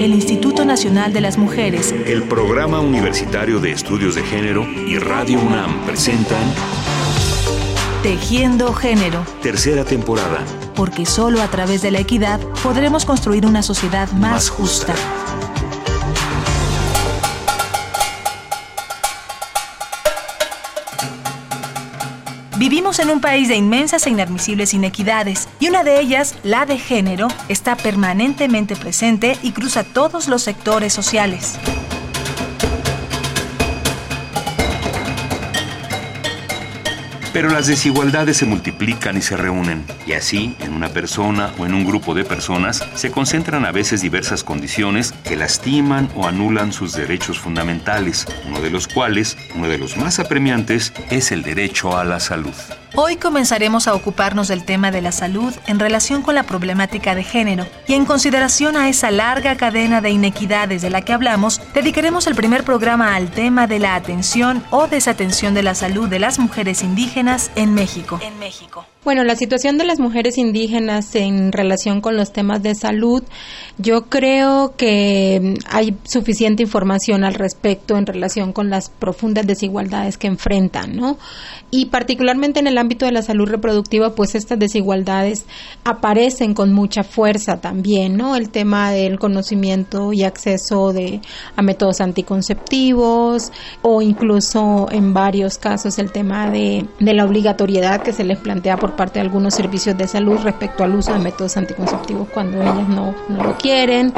el Instituto Nacional de las Mujeres, el Programa Universitario de Estudios de Género y Radio UNAM presentan Tejiendo Género, tercera temporada. Porque solo a través de la equidad podremos construir una sociedad más justa. Vivimos en un país de inmensas e inadmisibles inequidades, y una de ellas, la de género, está permanentemente presente y cruza todos los sectores sociales. Pero las desigualdades se multiplican y se reúnen, y así, en una persona o en un grupo de personas, se concentran a veces diversas condiciones que lastiman o anulan sus derechos fundamentales, uno de los cuales, uno de los más apremiantes, es el derecho a la salud. Hoy comenzaremos a ocuparnos del tema de la salud en relación con la problemática de género, y en consideración a esa larga cadena de inequidades de la que hablamos, dedicaremos el primer programa al tema de la atención o desatención de la salud de las mujeres indígenas en México. Bueno, la situación de las mujeres indígenas en relación con los temas de salud, yo creo que hay suficiente información al respecto en relación con las profundas desigualdades que enfrentan, ¿no? Y particularmente en el ámbito de la salud reproductiva, pues estas desigualdades aparecen con mucha fuerza también, ¿no? El tema del conocimiento y acceso a métodos anticonceptivos, o incluso en varios casos el tema de la obligatoriedad que se les plantea por parte de algunos servicios de salud respecto al uso de métodos anticonceptivos cuando ellas no lo quieren.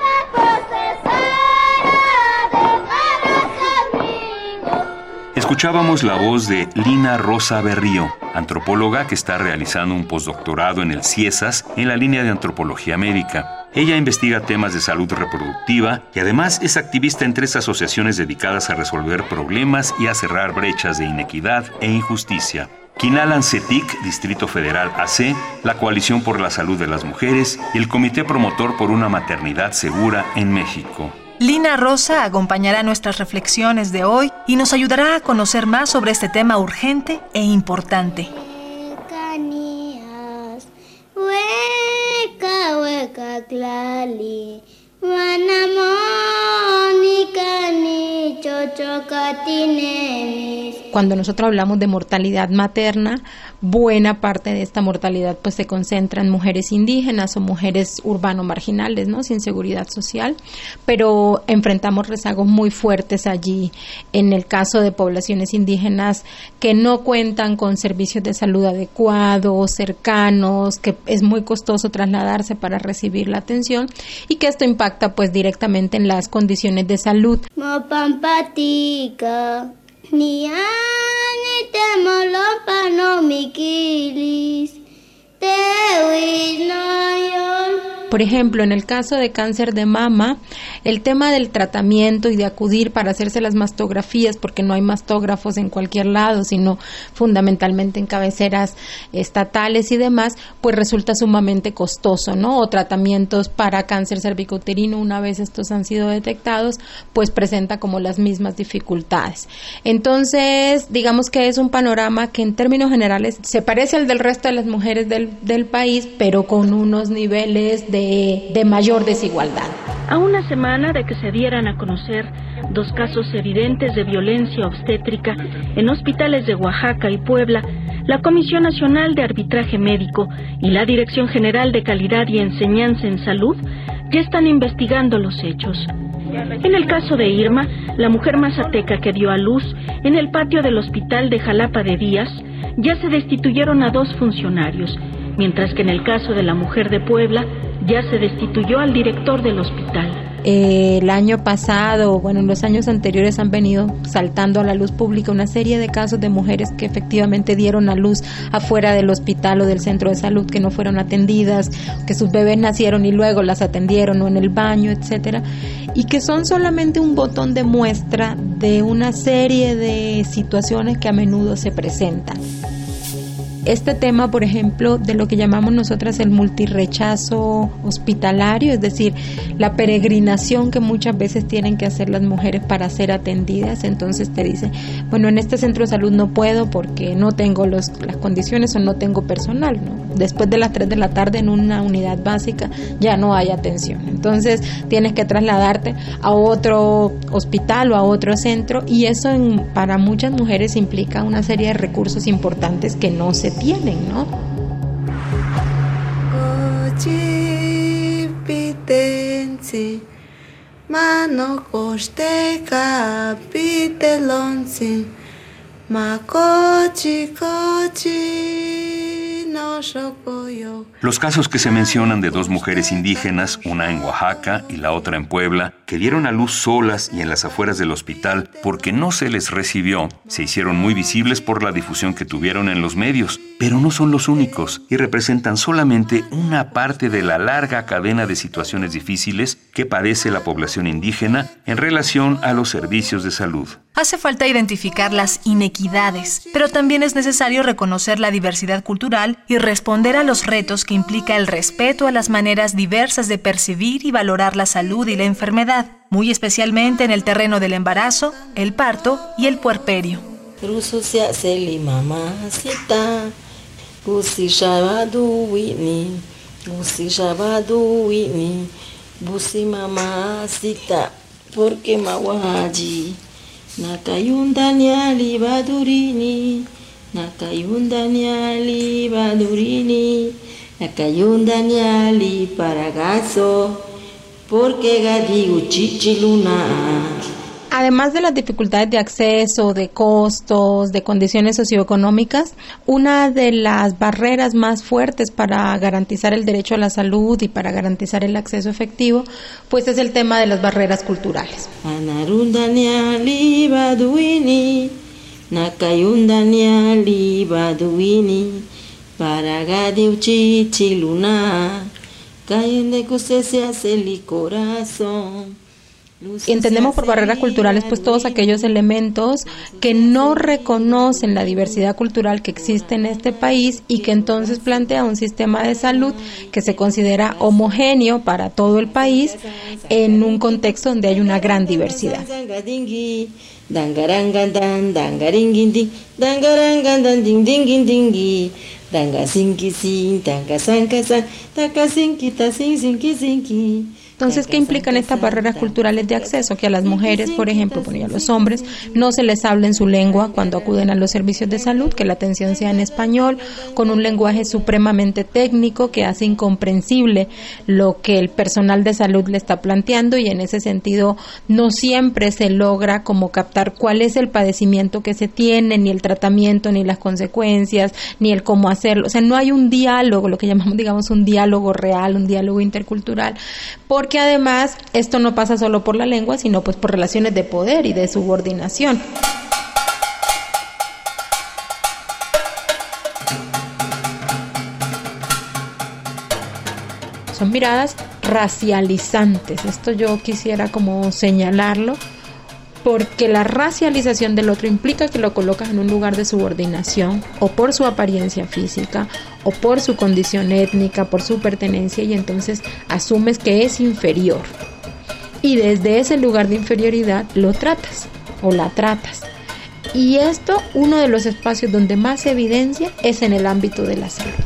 Escuchábamos la voz de Lina Rosa Berrío, antropóloga que está realizando un postdoctorado en el CIESAS en la línea de antropología médica. Ella investiga temas de salud reproductiva y además es activista en 3 asociaciones dedicadas a resolver problemas y a cerrar brechas de inequidad e injusticia: Quinalan CETIC, Distrito Federal AC, la Coalición por la Salud de las Mujeres y el Comité Promotor por una Maternidad Segura en México. Lina Rosa acompañará nuestras reflexiones de hoy y nos ayudará a conocer más sobre este tema urgente e importante. Cuando nosotros hablamos de mortalidad materna, buena parte de esta mortalidad pues se concentra en mujeres indígenas o mujeres urbano-marginales, ¿no? Sin seguridad social, pero enfrentamos rezagos muy fuertes allí en el caso de poblaciones indígenas que no cuentan con servicios de salud adecuados, cercanos, que es muy costoso trasladarse para recibir la atención y que esto impacta pues directamente en las condiciones de salud. Por ejemplo, en el caso de cáncer de mama, el tema del tratamiento y de acudir para hacerse las mastografías, porque no hay mastógrafos en cualquier lado, sino fundamentalmente en cabeceras estatales y demás, pues resulta sumamente costoso, ¿no? O tratamientos para cáncer cervicouterino, una vez estos han sido detectados, pues presenta como las mismas dificultades. Entonces, digamos que es un panorama que en términos generales se parece al del resto de las mujeres del país, pero con unos niveles de mayor desigualdad. A una semana de que se dieran a conocer 2 casos evidentes de violencia obstétrica en hospitales de Oaxaca y Puebla, la Comisión Nacional de Arbitraje Médico y la Dirección General de Calidad y Enseñanza en Salud ya están investigando los hechos. En el caso de Irma, la mujer mazateca que dio a luz en el patio del hospital de Jalapa de Díaz, ya se destituyeron a 2 funcionarios, mientras que en el caso de la mujer de Puebla, ya se destituyó al director del hospital. El año pasado, en los años anteriores han venido saltando a la luz pública una serie de casos de mujeres que efectivamente dieron a luz afuera del hospital o del centro de salud, que no fueron atendidas, que sus bebés nacieron y luego las atendieron o en el baño, etcétera, y que son solamente un botón de muestra de una serie de situaciones que a menudo se presentan. este tema, por ejemplo, de lo que llamamos nosotras el multirrechazo hospitalario, es decir, la peregrinación que muchas veces tienen que hacer las mujeres para ser atendidas. Entonces te dicen, bueno, en este centro de salud no puedo porque no tengo las condiciones o no tengo personal, ¿no? Después de las 3 de la tarde en una unidad básica ya no hay atención. Entonces tienes que trasladarte a otro hospital o a otro centro, y eso para muchas mujeres implica una serie de recursos importantes que no se tienen, ¿no? Los casos que se mencionan de 2 mujeres indígenas, una en Oaxaca y la otra en Puebla, que dieron a luz solas y en las afueras del hospital porque no se les recibió, se hicieron muy visibles por la difusión que tuvieron en los medios, pero no son los únicos y representan solamente una parte de la larga cadena de situaciones difíciles que padece la población indígena en relación a los servicios de salud. Hace falta identificar las inequidades, pero también es necesario reconocer la diversidad cultural y responder a los retos que implica el respeto a las maneras diversas de percibir y valorar la salud y la enfermedad, muy especialmente en el terreno del embarazo, el parto y el puerperio. Nakayundanyali badurini, nakayundanyali badurini, nakayundanyali paragazo, porque gadigu chichiluna. Además de las dificultades de acceso, de costos, de condiciones socioeconómicas, una de las barreras más fuertes para garantizar el derecho a la salud y para garantizar el acceso efectivo, pues es el tema de las barreras culturales. Anarundanyali baduini, nakayundanyali baduini, paragadiu chichiluna, cayende que usted se hace el corazón. Entendemos por barreras culturales pues todos aquellos elementos que no reconocen la diversidad cultural que existe en este país y que entonces plantea un sistema de salud que se considera homogéneo para todo el país en un contexto donde hay una gran diversidad. Entonces, ¿qué implican estas barreras culturales de acceso? Que a las mujeres, por ejemplo, y a los hombres, no se les habla en su lengua cuando acuden a los servicios de salud, que la atención sea en español, con un lenguaje supremamente técnico que hace incomprensible lo que el personal de salud le está planteando, y en ese sentido no siempre se logra como captar cuál es el padecimiento que se tiene, ni el tratamiento, ni las consecuencias, ni el cómo hacerlo. O sea, no hay un diálogo, lo que llamamos, digamos, un diálogo real, un diálogo intercultural, porque además esto no pasa solo por la lengua, sino pues por relaciones de poder y de subordinación. Son miradas racializantes. Esto yo quisiera como señalarlo, porque la racialización del otro implica que lo colocas en un lugar de subordinación, o por su apariencia física, o por su condición étnica, por su pertenencia, y entonces asumes que es inferior. Y desde ese lugar de inferioridad lo tratas o la tratas. Y esto, uno de los espacios donde más se evidencia es en el ámbito de la salud.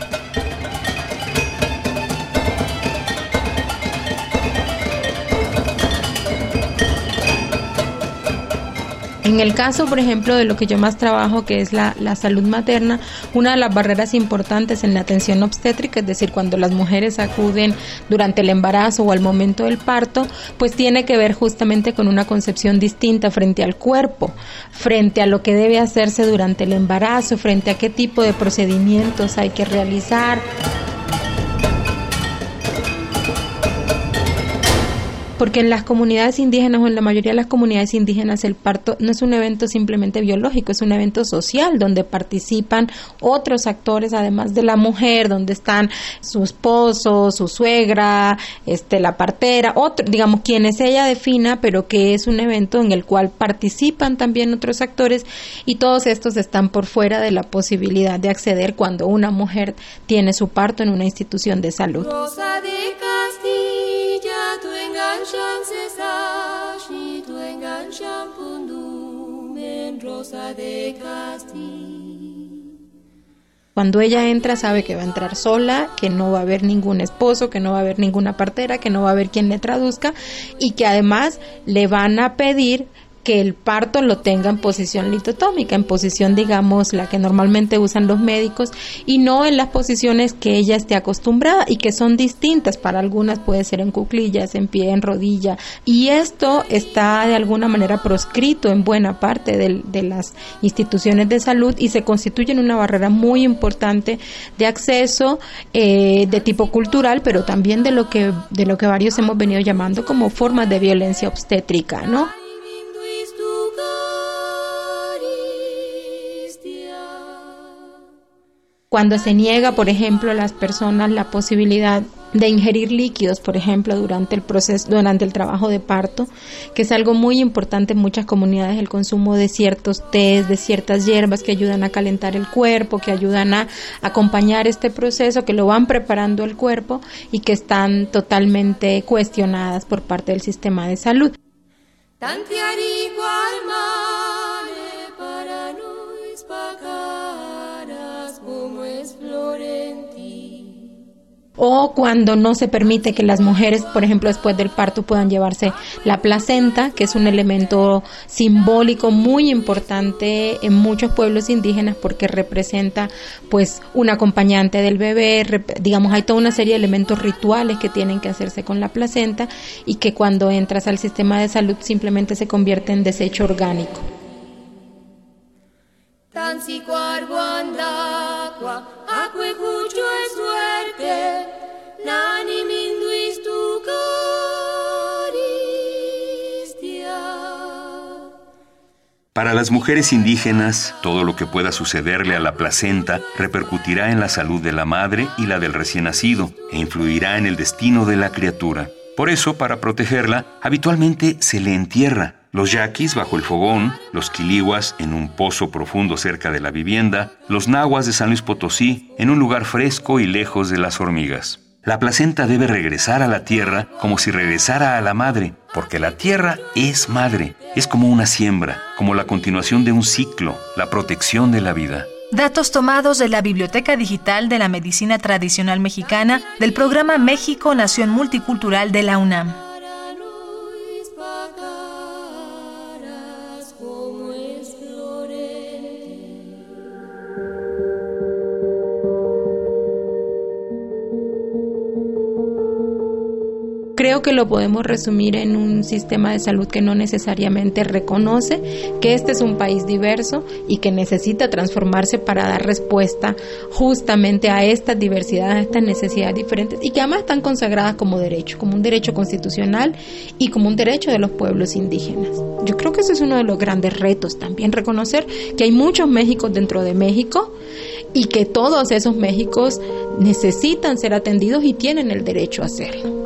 En el caso, por ejemplo, de lo que yo más trabajo, que es la salud materna, una de las barreras importantes en la atención obstétrica, es decir, cuando las mujeres acuden durante el embarazo o al momento del parto, pues tiene que ver justamente con una concepción distinta frente al cuerpo, frente a lo que debe hacerse durante el embarazo, frente a qué tipo de procedimientos hay que realizar. porque en las comunidades indígenas o en la mayoría de las comunidades indígenas el parto no es un evento simplemente biológico, es un evento social donde participan otros actores además de la mujer, donde están su esposo, su suegra, la partera, digamos quienes ella defina, pero que es un evento en el cual participan también otros actores y todos estos están por fuera de la posibilidad de acceder cuando una mujer tiene su parto en una institución de salud. Rosa de Castilla, tu enganchan cesash, ni tu enganchan pundumen, Rosa de Castilla. Cuando ella entra sabe que va a entrar sola, que no va a haber ningún esposo, que no va a haber ninguna partera, que no va a haber quien le traduzca y que además le van a pedir que el parto lo tenga en posición litotómica, en posición, digamos, la que normalmente usan los médicos y no en las posiciones que ella esté acostumbrada y que son distintas. Para algunas puede ser en cuclillas, en pie, en rodilla y esto está de alguna manera proscrito en buena parte de las instituciones de salud y se constituye en una barrera muy importante de acceso de tipo cultural, pero también de lo que varios hemos venido llamando como formas de violencia obstétrica, ¿no? Cuando se niega, por ejemplo, a las personas la posibilidad de ingerir líquidos, por ejemplo, durante el trabajo de parto, que es algo muy importante en muchas comunidades, el consumo de ciertos tés, de ciertas hierbas que ayudan a calentar el cuerpo, que ayudan a acompañar este proceso, que lo van preparando el cuerpo y que están totalmente cuestionadas por parte del sistema de salud. O cuando no se permite que las mujeres, por ejemplo, después del parto puedan llevarse la placenta, que es un elemento simbólico muy importante en muchos pueblos indígenas porque representa pues un acompañante del bebé, digamos hay toda una serie de elementos rituales que tienen que hacerse con la placenta y que cuando entras al sistema de salud simplemente se convierte en desecho orgánico. Para las mujeres indígenas, todo lo que pueda sucederle a la placenta repercutirá en la salud de la madre y la del recién nacido e influirá en el destino de la criatura. Por eso, para protegerla, habitualmente se le entierra. Los yaquis bajo el fogón, los quilihuas en un pozo profundo cerca de la vivienda, los nahuas de San Luis Potosí en un lugar fresco y lejos de las hormigas. La placenta debe regresar a la tierra como si regresara a la madre, porque la tierra es madre, es como una siembra, como la continuación de un ciclo, la protección de la vida. Datos tomados de la Biblioteca Digital de la Medicina Tradicional Mexicana del programa México Nación Multicultural de la UNAM. Creo que lo podemos resumir en un sistema de salud que no necesariamente reconoce que este es un país diverso y que necesita transformarse para dar respuesta justamente a estas diversidades, a estas necesidades diferentes y que además están consagradas como derecho, como un derecho constitucional y como un derecho de los pueblos indígenas. Yo creo que ese es uno de los grandes retos también, reconocer que hay muchos Méxicos dentro de México y que todos esos Méxicos necesitan ser atendidos y tienen el derecho a hacerlo.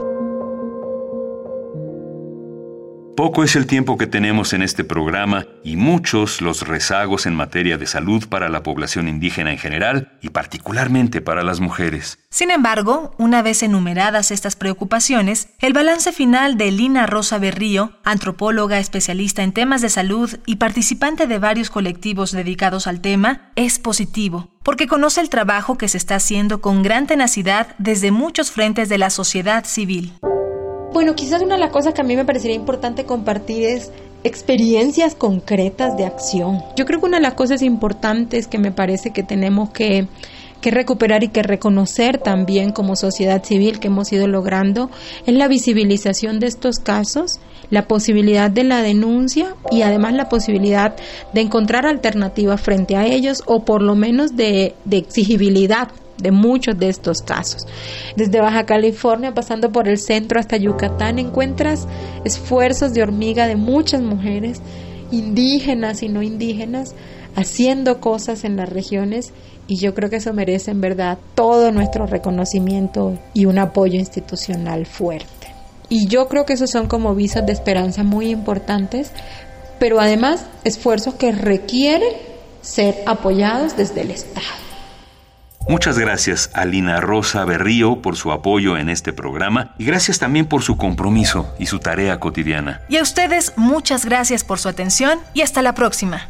Poco es el tiempo que tenemos en este programa y muchos los rezagos en materia de salud para la población indígena en general y particularmente para las mujeres. Sin embargo, una vez enumeradas estas preocupaciones, el balance final de Lina Rosa Berrío, antropóloga especialista en temas de salud y participante de varios colectivos dedicados al tema, es positivo, porque conoce el trabajo que se está haciendo con gran tenacidad desde muchos frentes de la sociedad civil. Bueno, quizás una de las cosas que a mí me parecería importante compartir es experiencias concretas de acción. Yo creo que una de las cosas importantes que me parece que tenemos que recuperar y que reconocer también como sociedad civil que hemos ido logrando es la visibilización de estos casos, la posibilidad de la denuncia y además la posibilidad de encontrar alternativas frente a ellos o por lo menos de exigibilidad de muchos de estos casos. Desde Baja California, pasando por el centro hasta Yucatán, encuentras esfuerzos de hormiga de muchas mujeres, indígenas y no indígenas, haciendo cosas en las regiones, y yo creo que eso merece en verdad todo nuestro reconocimiento y un apoyo institucional fuerte. Y yo creo que esos son como visos de esperanza muy importantes, pero además esfuerzos que requieren ser apoyados desde el Estado. Muchas gracias a Lina Rosa Berrío por su apoyo en este programa y gracias también por su compromiso y su tarea cotidiana. Y a ustedes, muchas gracias por su atención y hasta la próxima.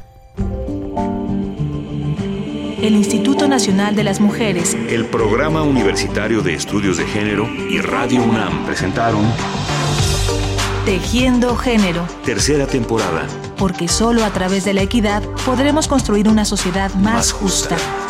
El Instituto Nacional de las Mujeres, el Programa Universitario de Estudios de Género y Radio UNAM presentaron Tejiendo Género, tercera temporada. porque solo a través de la equidad podremos construir una sociedad más justa.